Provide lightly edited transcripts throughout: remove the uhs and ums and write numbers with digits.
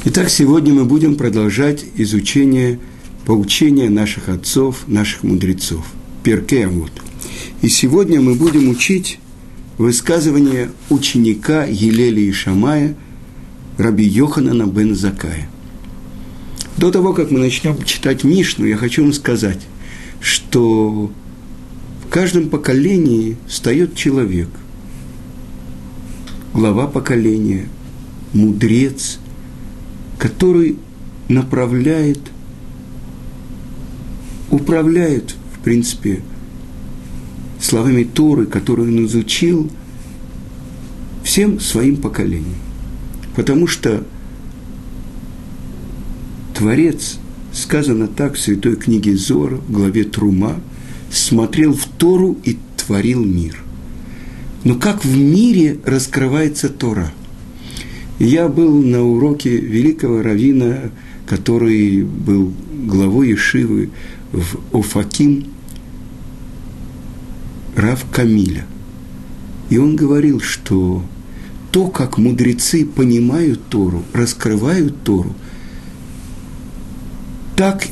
Итак, сегодня мы будем продолжать изучение поучения наших отцов, наших мудрецов. Перкей Авот. И сегодня мы будем учить высказывание ученика Гилеля и Шамая Раби Йоханана бен Заккая. До того, как мы начнем читать Мишну, я хочу вам сказать, что в каждом поколении встает человек, глава поколения, мудрец, который направляет, управляет, в принципе, словами Торы, которые он изучил, всем своим поколением. Потому что Творец, сказано так в святой книге Зоар, в главе Трума, смотрел в Тору и творил мир. Но как в мире раскрывается Тора? Я был на уроке великого раввина, который был главой ешивы в Офаким, Рав Камиля. И он говорил, что то, как мудрецы понимают Тору, раскрывают Тору, так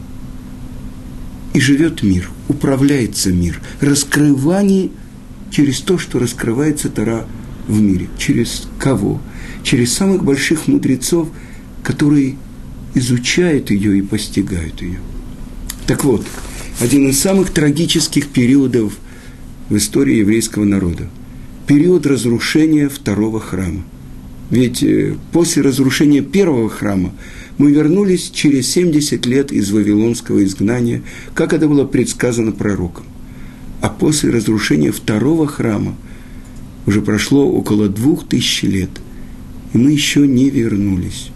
и живет мир, управляется мир. Раскрывание через то, что раскрывается Тора в мире. Через кого? Через самых больших мудрецов, которые изучают ее и постигают ее. Так вот, один из самых трагических периодов в истории еврейского народа – период разрушения второго храма. Ведь после разрушения первого храма мы вернулись через 70 лет из вавилонского изгнания, как это было предсказано пророком. А после разрушения второго храма уже прошло около 2000 лет, и мы еще не вернулись.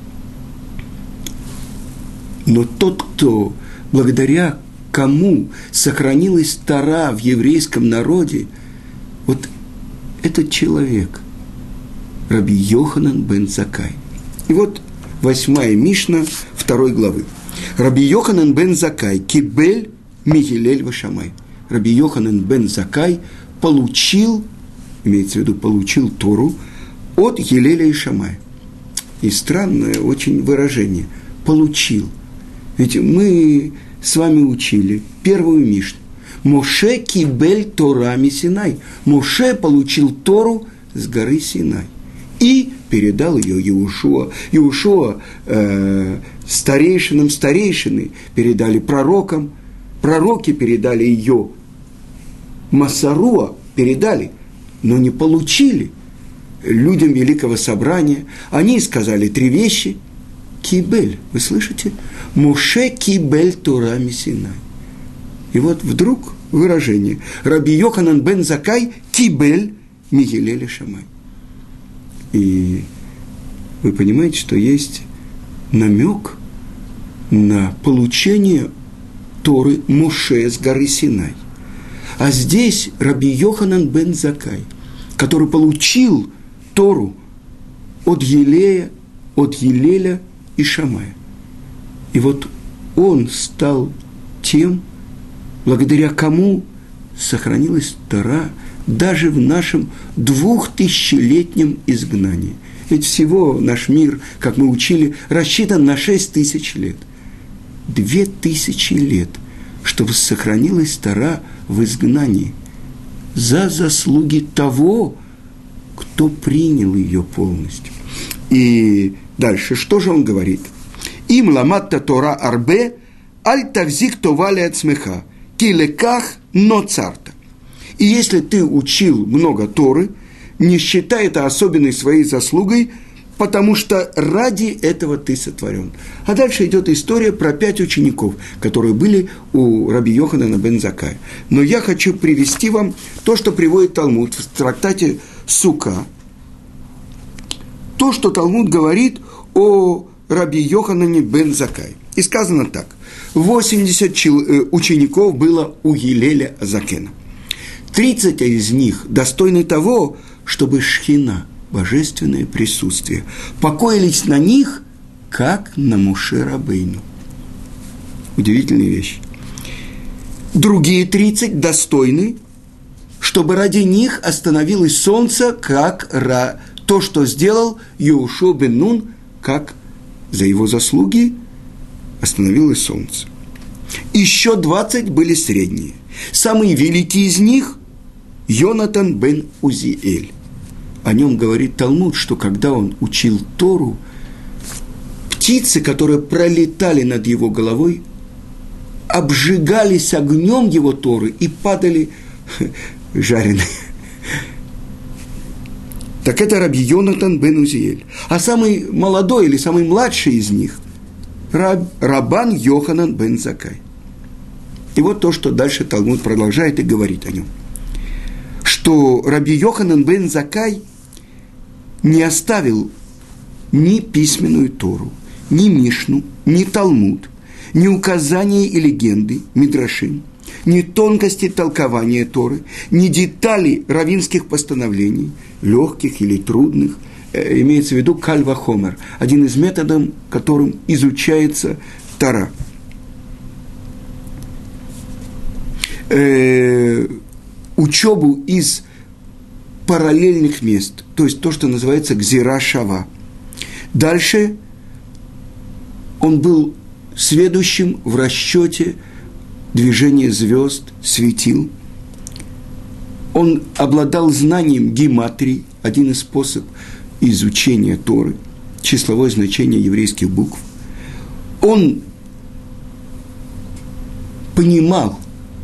Но тот, кто, благодаря кому сохранилась Тора в еврейском народе, вот этот человек, Раби Йоханан бен Заккай. И вот 8 Мишна 2 главы. Раби Йоханан бен Заккай кибель мигилель вешамай. Раби Йоханан бен Заккай получил, имеется в виду, получил Тору от Гилеля и Шамая. И странное очень выражение – получил. Ведь мы с вами учили первую Мишну. Моше кибель Тора ми Синай. Моше получил Тору с горы Синай. И передал ее Иешуа. Иешуа старейшины передали пророкам. Пророки передали ее. Масаруа передали, но не получили людям Великого Собрания. Они сказали 3 вещи. Кибель, вы слышите? Моше кибель Тора ми Синай. И вот вдруг выражение. Раби Йоханан бен Заккай кибель мигилель Шамай. И вы понимаете, что есть намек на получение Торы Моше с горы Синай. А здесь Раби Йоханан бен Заккай, который получил Тору от Елеля и Шамая. И вот он стал тем, благодаря кому сохранилась Тора даже в нашем 2000-летнем изгнании. Ведь всего наш мир, как мы учили, рассчитан на 6000 лет. 2000 лет, чтобы сохранилась Тора в изгнании за заслуги того, кто принял ее полностью. И дальше, что же он говорит? «Им ламатта Тора арбе, аль тавзик товали от смеха, килеках но царта». И если ты учил много Торы, не считай это особенной своей заслугой, потому что ради этого ты сотворен. А дальше идет история про 5 учеников, которые были у Раби Йоханана бен Заккая. Но я хочу привести вам то, что приводит Талмуд в трактате Сука. То, что Талмуд говорит о Раби Йоханане бен Заккай. И сказано так. 80 учеников было у Гилеля Закена. 30 из них достойны того, чтобы шхина, божественное присутствие, покоились на них, как на Моше Рабейну. Удивительная вещь. Другие 30 достойны, чтобы ради них остановилось солнце, как то, что сделал Йеушуа бен Нун, как за его заслуги остановилось солнце. Еще 20 были средние. Самый великий из них – Йонатан бен Узиэль. О нем говорит Талмуд, что когда он учил Тору, птицы, которые пролетали над его головой, обжигались огнем его Торы и падали жареные. Так это Раби Йонатан бен Узиэль. А самый молодой или самый младший из них – Рабан Йоханан бен Заккай. И вот то, что дальше Талмуд продолжает и говорит о нем. Что Раби Йоханан бен Заккай не оставил ни письменную Тору, ни Мишну, ни Талмуд, ни указания и легенды, мидрашим, ни тонкости толкования Торы, ни деталей раввинских постановлений, легких или трудных, имеется в виду каль вахомер, один из методов, которым изучается Тора. Учебу из параллельных мест, то есть то, что называется гзира шава. Дальше он был сведущим в расчете движения звезд, светил. Он обладал знанием гематрии, один из способов изучения Торы, числовое значение еврейских букв. Он понимал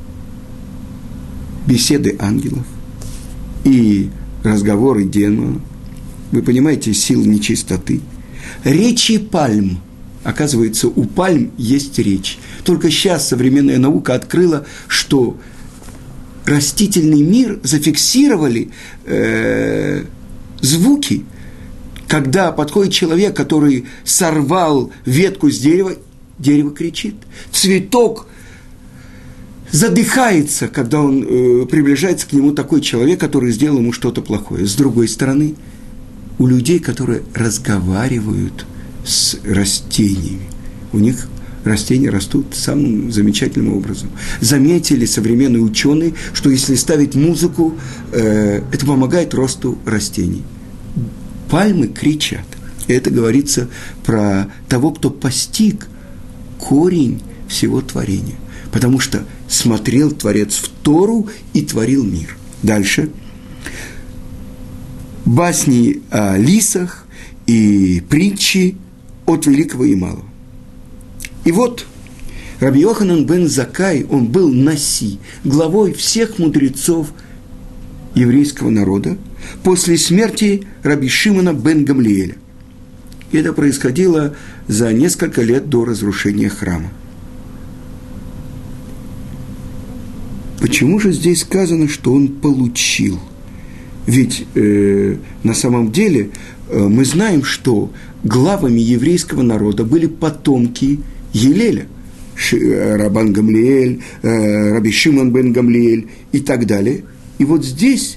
беседы ангелов и разговоры демонов. Вы понимаете, сил нечистоты. Речи пальм. Оказывается, у пальм есть речь. Только сейчас современная наука открыла, что растительный мир зафиксировали звуки. Когда подходит человек, который сорвал ветку с дерева, дерево кричит. Цветок задыхается, когда он приближается к нему такой человек, который сделал ему что-то плохое. С другой стороны, у людей, которые разговаривают с растениями, у них растения растут самым замечательным образом. Заметили современные ученые, что если ставить музыку, это помогает росту растений. Пальмы кричат. И это говорится про того, кто постиг корень всего творения. Потому что смотрел Творец в Тору и творил мир. Дальше. Басни о лисах и притчи от великого и малого. И вот Раби Йоханан бен Заккай, он был наси, главой всех мудрецов еврейского народа после смерти Раби Шимона бен Гамлиэля. И это происходило за несколько лет до разрушения храма. Почему же здесь сказано, что он получил? Ведь на самом деле мы знаем, что главами еврейского народа были потомки Елеля, Рабан Гамлиэль, Раби Шимон бен Гамлиэль и так далее. И вот здесь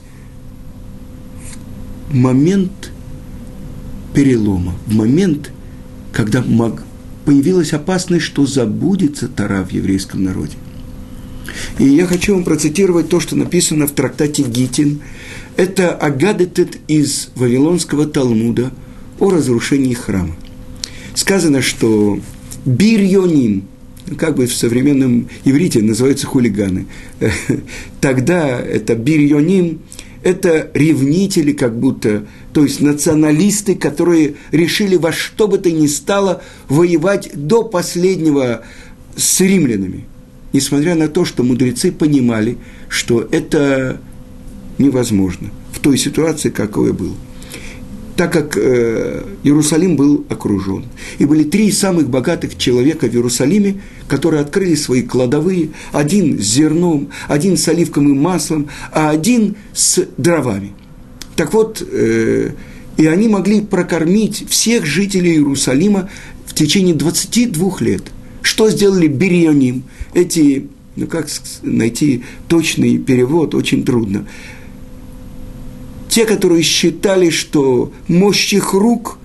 в момент перелома, в момент, когда появилась опасность, что забудется Тора в еврейском народе. И я хочу вам процитировать то, что написано в трактате Гитин. Это Агадетет из Вавилонского Талмуда о разрушении храма. Сказано, что бирьоним, как бы в современном иврите называются хулиганы, тогда это бирьоним, это ревнители как будто, то есть националисты, которые решили во что бы то ни стало воевать до последнего с римлянами. Несмотря на то, что мудрецы понимали, что это невозможно в той ситуации, какое было. Так как Иерусалим был окружен. И были 3 самых богатых человека в Иерусалиме, которые открыли свои кладовые, один с зерном, один с оливковым маслом, а один с дровами. Так вот, и они могли прокормить всех жителей Иерусалима в течение 22 лет. Что сделали бирьоним? Эти, как найти точный перевод, очень трудно. Те, которые считали, что мощь их рук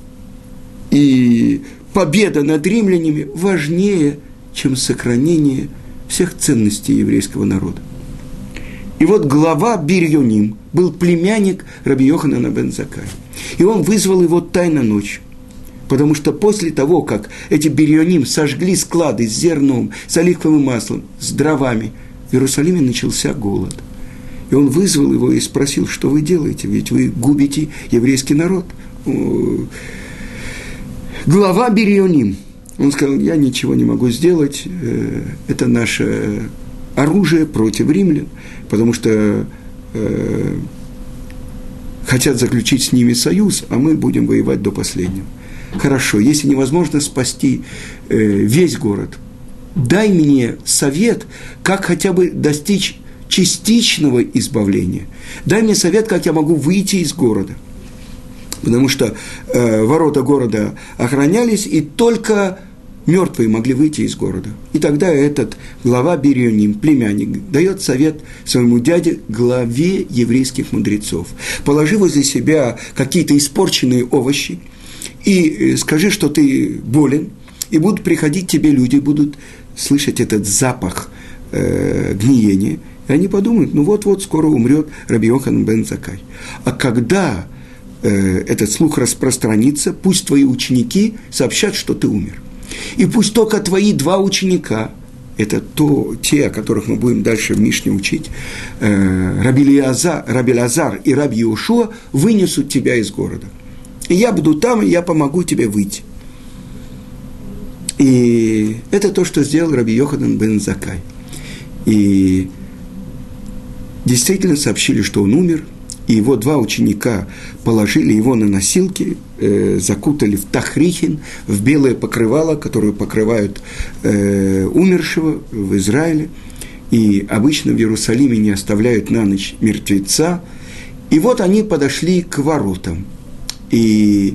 и победа над римлянами важнее, чем сохранение всех ценностей еврейского народа. И вот глава бирьоним был племянник Раби Йоханана бен Заккая. И он вызвал его тайно ночью. Потому что после того, как эти бирионим сожгли склады с зерном, с оливковым маслом, с дровами, в Иерусалиме начался голод. И он вызвал его и спросил, что вы делаете, ведь вы губите еврейский народ. Глава бирионим. Он сказал, я ничего не могу сделать, это наше оружие против римлян, потому что хотят заключить с ними союз, а мы будем воевать до последнего. Хорошо, если невозможно спасти весь город, дай мне совет, как хотя бы достичь частичного избавления. Дай мне совет, как я могу выйти из города. Потому что ворота города охранялись, и только мертвые могли выйти из города. И тогда этот глава бирионим, племянник, дает совет своему дяде, главе еврейских мудрецов. Положи возле себя какие-то испорченные овощи и скажи, что ты болен, и будут приходить тебе люди, будут слышать этот запах гниения, и они подумают, ну вот-вот скоро умрет Раби Йоханан бен Заккай. А когда этот слух распространится, пусть твои ученики сообщат, что ты умер. И пусть только твои 2 ученика, это те, о которых мы будем дальше в Мишне учить, Раби Элазар и Раби Йошуа, вынесут тебя из города. И я буду там, и я помогу тебе выйти. И это то, что сделал Раби Йоханан бен Заккай. И действительно сообщили, что он умер, и его 2 ученика положили его на носилки, закутали в тахрихин, в белое покрывало, которое покрывают умершего в Израиле. И обычно в Иерусалиме не оставляют на ночь мертвеца. И вот они подошли к воротам. И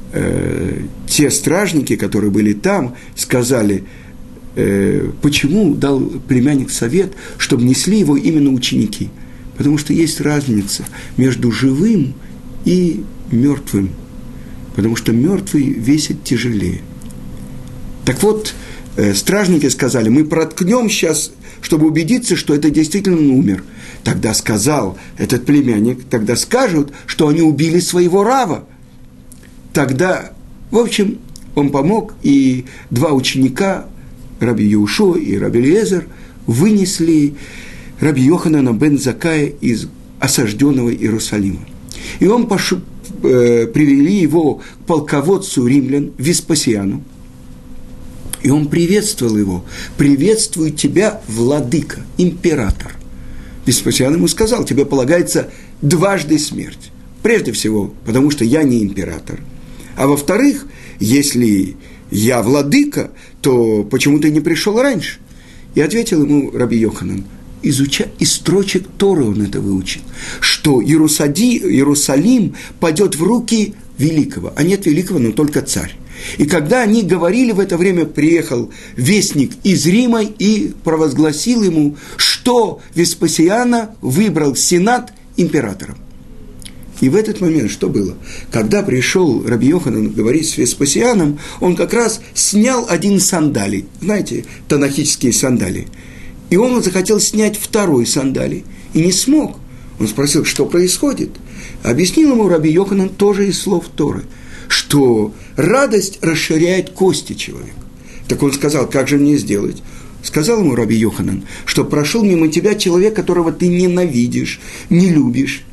те стражники, которые были там, сказали, почему дал племянник совет, чтобы несли его именно ученики. Потому что есть разница между живым и мертвым. Потому что мертвый весит тяжелее. Так вот, стражники сказали, мы проткнем сейчас, чтобы убедиться, что это действительно он умер. Тогда сказал этот племянник, тогда скажут, что они убили своего рава. Тогда, в общем, он помог, и 2 ученика, Раби Йошуа и Раби Элиэзер, вынесли Раби Йоханана бен Заккая из осажденного Иерусалима. И он привели его к полководцу римлян Веспасиану. И он приветствовал его. «Приветствую тебя, владыка, император». Веспасиан ему сказал, тебе полагается 2 смерть. Прежде всего, потому что я не император. А во-вторых, если я владыка, то почему ты не пришел раньше? И ответил ему Раби Йоханан, из строчек Торы он это выучил, что Иерусалим падет в руки великого, а нет великого, но только царь. И когда они говорили, в это время приехал вестник из Рима и провозгласил ему, что Веспасиана выбрал Сенат императором. И в этот момент что было? Когда пришел Раби Йоханан говорить с Веспасианом, он как раз снял 1 сандалий, знаете, танахические сандалии. И он захотел снять 2 сандалий, и не смог. Он спросил, что происходит. Объяснил ему Раби Йоханан тоже из слов Торы, что радость расширяет кости человека. Так он сказал, как же мне сделать? Сказал ему Раби Йоханан, что прошел мимо тебя человек, которого ты ненавидишь, не любишь.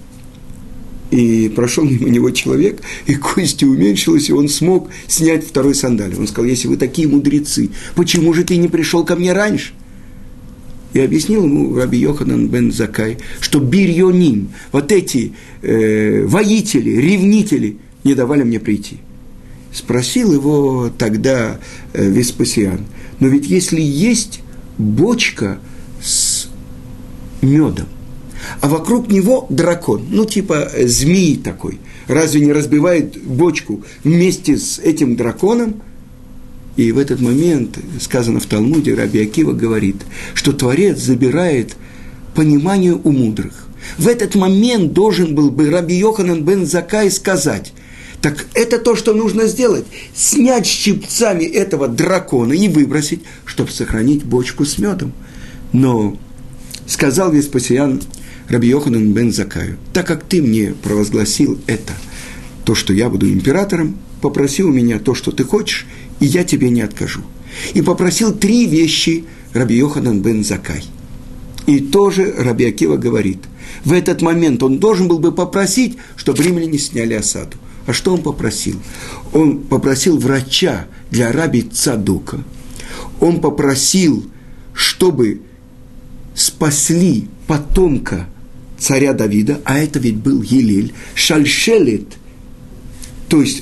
И прошел мимо него человек, и кости уменьшилась, и он смог снять 2 сандалий. Он сказал, если вы такие мудрецы, почему же ты не пришел ко мне раньше? И объяснил ему Раби Йоханан бен Заккай, что бирьоним, вот эти воители, ревнители, не давали мне прийти. Спросил его тогда Веспасиан, но ведь если есть бочка с медом, а вокруг него дракон, ну типа змеи такой, разве не разбивает бочку вместе с этим драконом? И в этот момент, сказано в Талмуде, Раби Акива говорит, что Творец забирает понимание у мудрых. В этот момент должен был бы Раби Йоханан бен Заккай сказать, так это то, что нужно сделать, снять щипцами этого дракона и выбросить, чтобы сохранить бочку с медом. Но сказал Веспасиан Раби Йоханан бен Заккаю, так как ты мне провозгласил это то, что я буду императором, попроси у меня то, что ты хочешь, и я тебе не откажу. И попросил 3 вещи Раби Йоханан бен Заккай. И тоже Раби Акива говорит, в этот момент он должен был бы попросить, чтобы римляне сняли осаду. А что он попросил? Он попросил врача для раби Цадока. Он попросил, чтобы спасли потомка царя Давида, а это ведь был Гилель, Шальшелет, то есть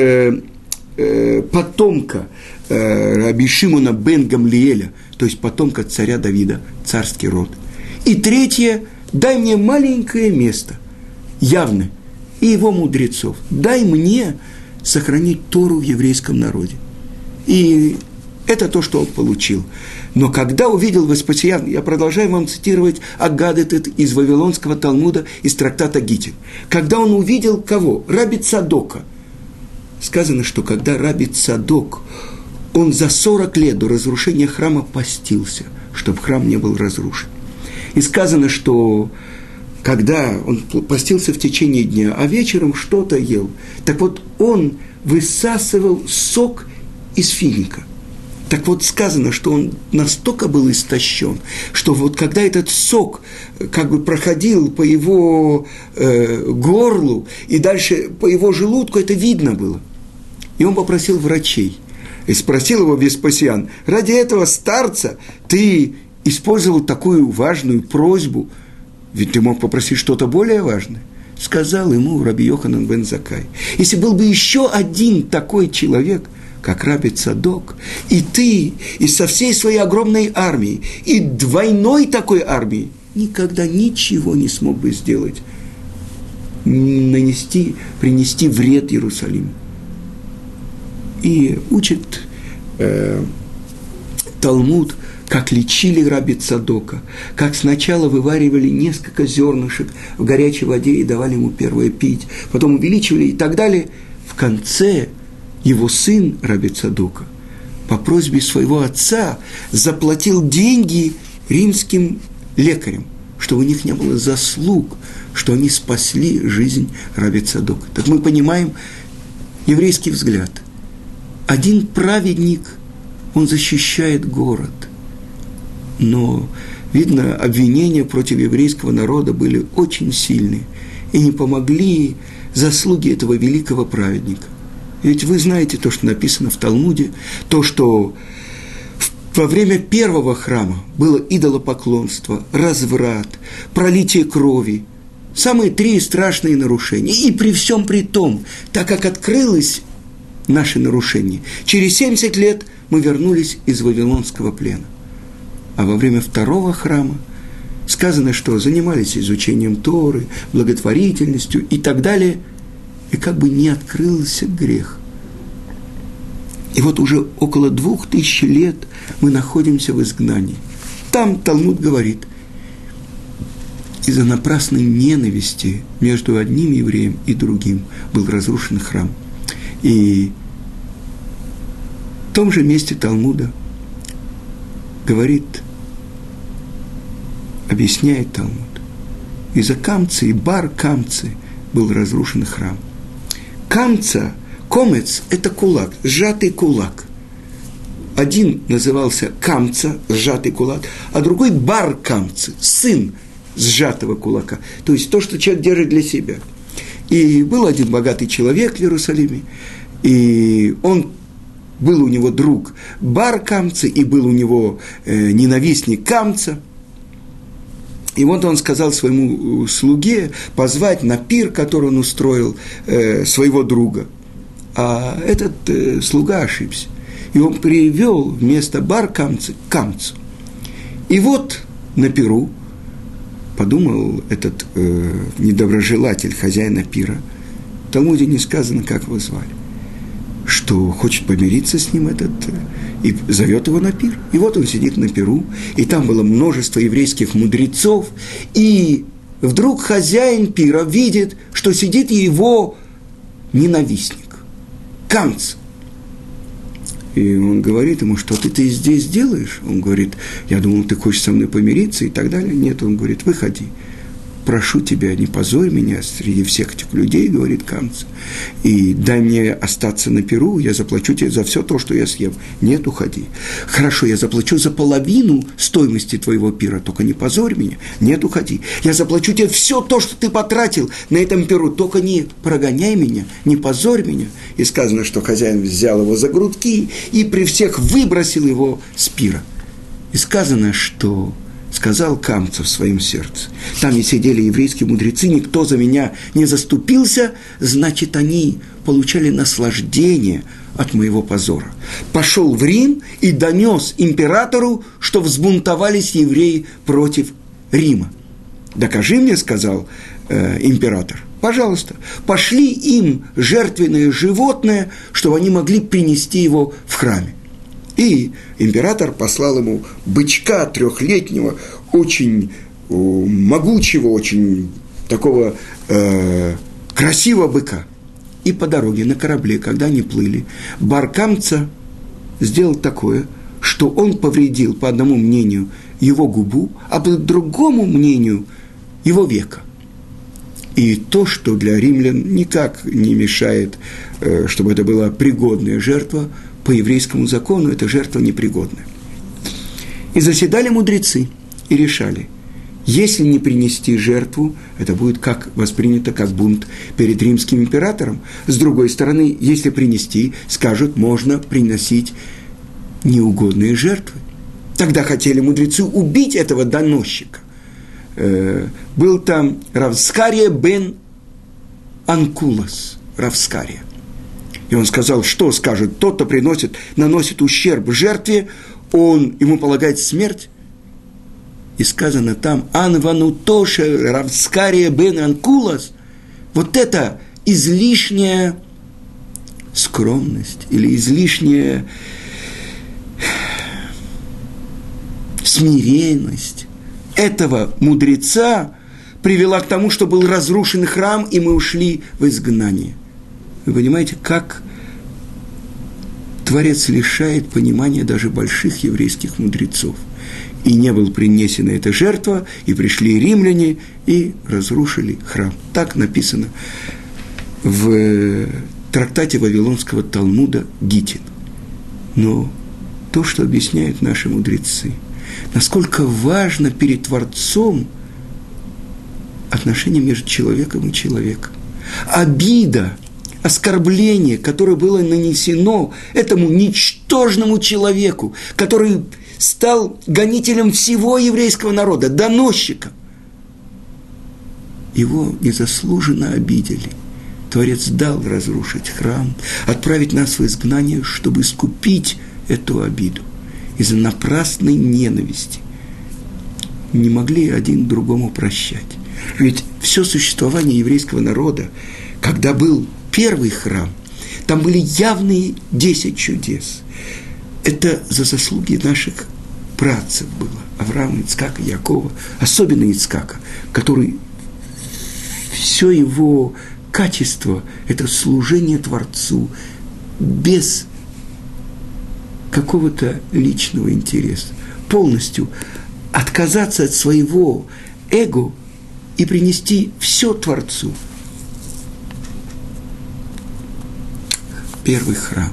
потомка раби Шимона бен Гамлиэля, то есть потомка царя Давида, царский род. И 3, дай мне маленькое место, явно, и его мудрецов. Дай мне сохранить Тору в еврейском народе. И это то, что он получил. Но когда увидел Веспасиан, я продолжаю вам цитировать Агадет из Вавилонского Талмуда, из трактата Гитин. Когда он увидел кого? Раби Цадока. Сказано, что когда Раби Цадок, он за 40 лет до разрушения храма постился, чтобы храм не был разрушен. И сказано, что когда он постился в течение дня, а вечером что-то ел, так вот он высасывал сок из финика. Так вот сказано, что он настолько был истощен, что вот когда этот сок как бы проходил по его горлу и дальше по его желудку, это видно было. И он попросил врачей. И спросил его Веспасиан, ради этого старца ты использовал такую важную просьбу, ведь ты мог попросить что-то более важное. Сказал ему Раби Йоханан бен Заккай, если был бы еще один такой человек, как Раби Цадок, и ты, и со всей своей огромной армией, и двойной такой армией, никогда ничего не смог бы сделать, принести вред Иерусалиму. И учит Талмуд, как лечили Раби Цадока, как сначала вываривали несколько зернышек в горячей воде и давали ему первое пить, потом увеличивали и так далее. В конце его сын Раби Цадока по просьбе своего отца заплатил деньги римским лекарям, чтобы у них не было заслуг, что они спасли жизнь Раби Цадока. Так мы понимаем еврейский взгляд. Один праведник, он защищает город. Но, видно, обвинения против еврейского народа были очень сильные и не помогли заслуги этого великого праведника. Ведь вы знаете то, что написано в Талмуде, то, что во время первого храма было идолопоклонство, разврат, пролитие крови, самые 3 страшные нарушения. И при всем при том, так как открылось наше нарушение, через 70 лет мы вернулись из Вавилонского плена. А во время второго храма сказано, что занимались изучением Торы, благотворительностью и так далее, и как бы не открылся грех. И вот уже около 2000 лет мы находимся в изгнании. Там Талмуд говорит, из-за напрасной ненависти между одним евреем и другим был разрушен храм. И в том же месте Талмуда говорит, объясняет Талмуд, из-за камцы и бар камцы был разрушен храм. Камца, комец – это кулак, сжатый кулак. Один назывался камца, сжатый кулак, а другой бар камцы, сын сжатого кулака. То есть то, что человек держит для себя. И был один богатый человек в Иерусалиме, и был у него друг бар камца, и был у него ненавистник камца. И вот он сказал своему слуге позвать на пир, который он устроил, своего друга. А этот слуга ошибся. И он привел вместо бар камца камцу. И вот на пиру подумал этот недоброжелатель хозяина пира, в Талмуде не сказано, как его звали, что хочет помириться с ним этот, и зовет его на пир. И вот он сидит на пиру, и там было множество еврейских мудрецов, и вдруг хозяин пира видит, что сидит его ненавистник, камц. И он говорит ему, что ты здесь делаешь? Он говорит, я думал, ты хочешь со мной помириться и так далее. Нет, он говорит, выходи. прошу тебя, не позорь меня среди всех этих людей, говорит Камца, и дай мне остаться на пиру, я заплачу тебе за все то, что я съем. Нет, уходи. Хорошо, я заплачу за половину стоимости твоего пира, только не позорь меня. Нет, уходи. Я заплачу тебе все то, что ты потратил на этом пиру, только не прогоняй меня, не позорь меня. И сказано, что хозяин взял его за грудки и при всех выбросил его с пира. И сказано, что сказал Камца в своем сердце: там и сидели еврейские мудрецы, никто за меня не заступился, значит, они получали наслаждение от моего позора. Пошел в Рим и донес императору, что взбунтовались евреи против Рима. Докажи мне, сказал император, пожалуйста, пошли им жертвенное животное, чтобы они могли принести его в храме. И император послал ему бычка трехлетнего, очень могучего, очень такого красивого быка. И по дороге на корабле, когда они плыли, бар Камца сделал такое, что он повредил, по одному мнению, его губу, а по другому мнению, его веко. И то, что для римлян никак не мешает, чтобы это была пригодная жертва, по еврейскому закону эта жертва непригодная. И заседали мудрецы и решали, если не принести жертву, это будет как воспринято как бунт перед римским императором. С другой стороны, если принести, скажут, можно приносить неугодные жертвы. Тогда хотели мудрецы убить этого доносчика. Был там Рав Скария бен Анкулас, Рав Скария. И он сказал, что скажет тот, кто наносит ущерб жертве, ему полагает смерть. И сказано там, Анванутоше Рав Скария бен Анкулас, вот это излишняя скромность или излишняя смиренность этого мудреца привела к тому, что был разрушен храм, и мы ушли в изгнание. Вы понимаете, как Творец лишает понимания даже больших еврейских мудрецов. И не была принесена эта жертва, и пришли римляне, и разрушили храм. Так написано в трактате Вавилонского Талмуда Гитин. Но то, что объясняют наши мудрецы, насколько важно перед Творцом отношение между человеком и человеком. Обида, оскорбление, которое было нанесено этому ничтожному человеку, который стал гонителем всего еврейского народа, доносчиком. Его незаслуженно обидели. Творец дал разрушить храм, отправить нас в изгнание, чтобы искупить эту обиду. Из-за напрасной ненависти не могли один другому прощать. Ведь все существование еврейского народа, когда был первый храм, там были явные 10 чудес. Это за заслуги наших працев было. Авраама, Ицкака, Якова, особенно Ицкака, который все его качество – это служение Творцу без какого-то личного интереса. Полностью отказаться от своего эго и принести все Творцу. Первый храм.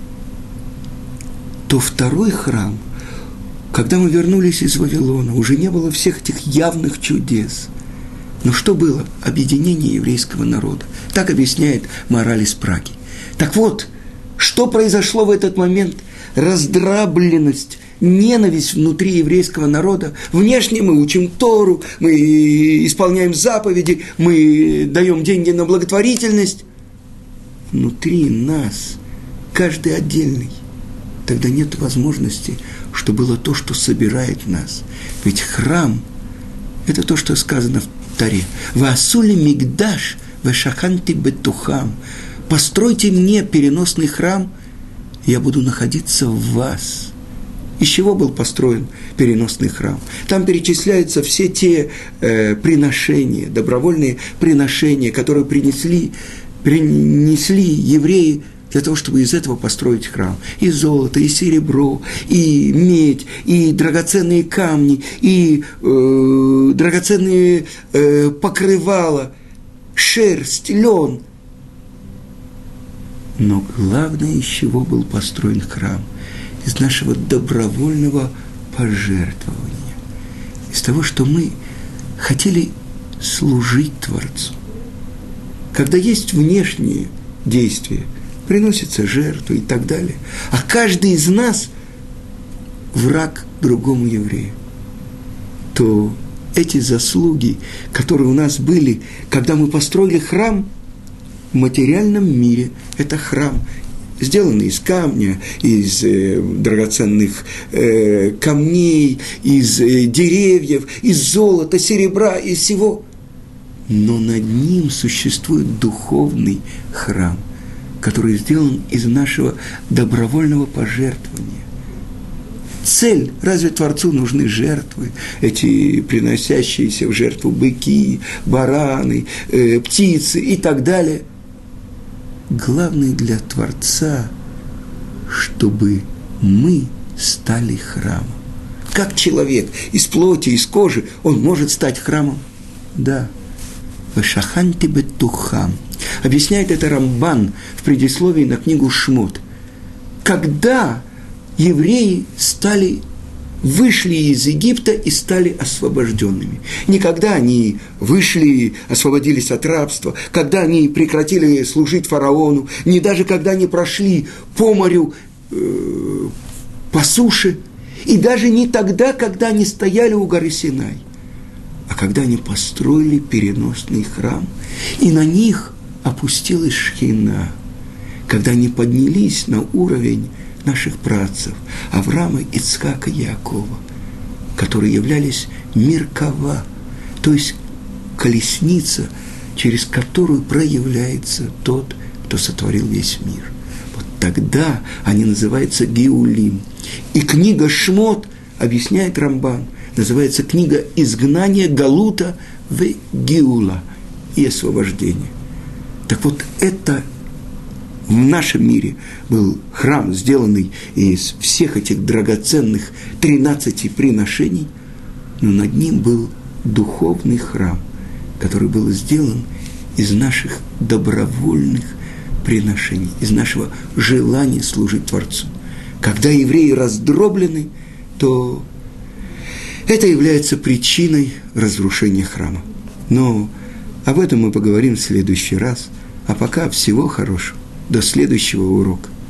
То второй храм, когда мы вернулись из Вавилона, уже не было всех этих явных чудес. Но что было? Объединение еврейского народа. Так объясняет мораль из Праги. Так вот, что произошло в этот момент? Раздробленность, ненависть внутри еврейского народа. Внешне мы учим Тору, мы исполняем заповеди, мы даем деньги на благотворительность. Внутри нас, каждый отдельный, тогда нет возможности, что было то, что собирает нас. Ведь храм – это то, что сказано в Торе. «Ваасули мигдаш вешаханти бетухам». Постройте мне переносный храм, я буду находиться в вас. Из чего был построен переносный храм? Там перечисляются все те приношения, добровольные приношения, которые принесли евреи для того, чтобы из этого построить храм. И золото, и серебро, и медь, и драгоценные камни, и драгоценные покрывала, шерсть, лен. Но главное, из чего был построен храм? Из нашего добровольного пожертвования. Из того, что мы хотели служить Творцу. Когда есть внешние действия, приносится жертва и так далее, а каждый из нас враг другому еврею, то эти заслуги, которые у нас были, когда мы построили храм, в материальном мире это храм, сделанный из камня, из драгоценных камней, из деревьев, из золота, серебра, из всего. Но над ним существует духовный храм, который сделан из нашего добровольного пожертвования. Цель, разве Творцу нужны жертвы, эти приносящиеся в жертву быки, бараны, птицы и так далее? Главное для Творца, чтобы мы стали храмом. Как человек из плоти, из кожи, он может стать храмом? Да. «Вешаханти бетухам». Объясняет это Рамбан в предисловии на книгу «Шмот». Когда евреи вышли из Египта и стали освобожденными. Не когда они вышли, освободились от рабства, когда они прекратили служить фараону, не даже когда они прошли по морю, по суше, и даже не тогда, когда они стояли у горы Синай, а когда они построили переносный храм, и на них опустилась шхина, когда они поднялись на уровень наших працев Авраама, Ицхака и Яакова, которые являлись Меркава, то есть колесница, через которую проявляется тот, кто сотворил весь мир. Вот тогда они называются Геулим. И книга Шмот, объясняет Рамбан, называется книга изгнания Галута в Геула и освобождения. Так вот, это в нашем мире был храм, сделанный из всех этих драгоценных 13 приношений, но над ним был духовный храм, который был сделан из наших добровольных приношений, из нашего желания служить Творцу. Когда евреи раздроблены, то это является причиной разрушения храма. Но об этом мы поговорим в следующий раз. А пока всего хорошего. До следующего урока.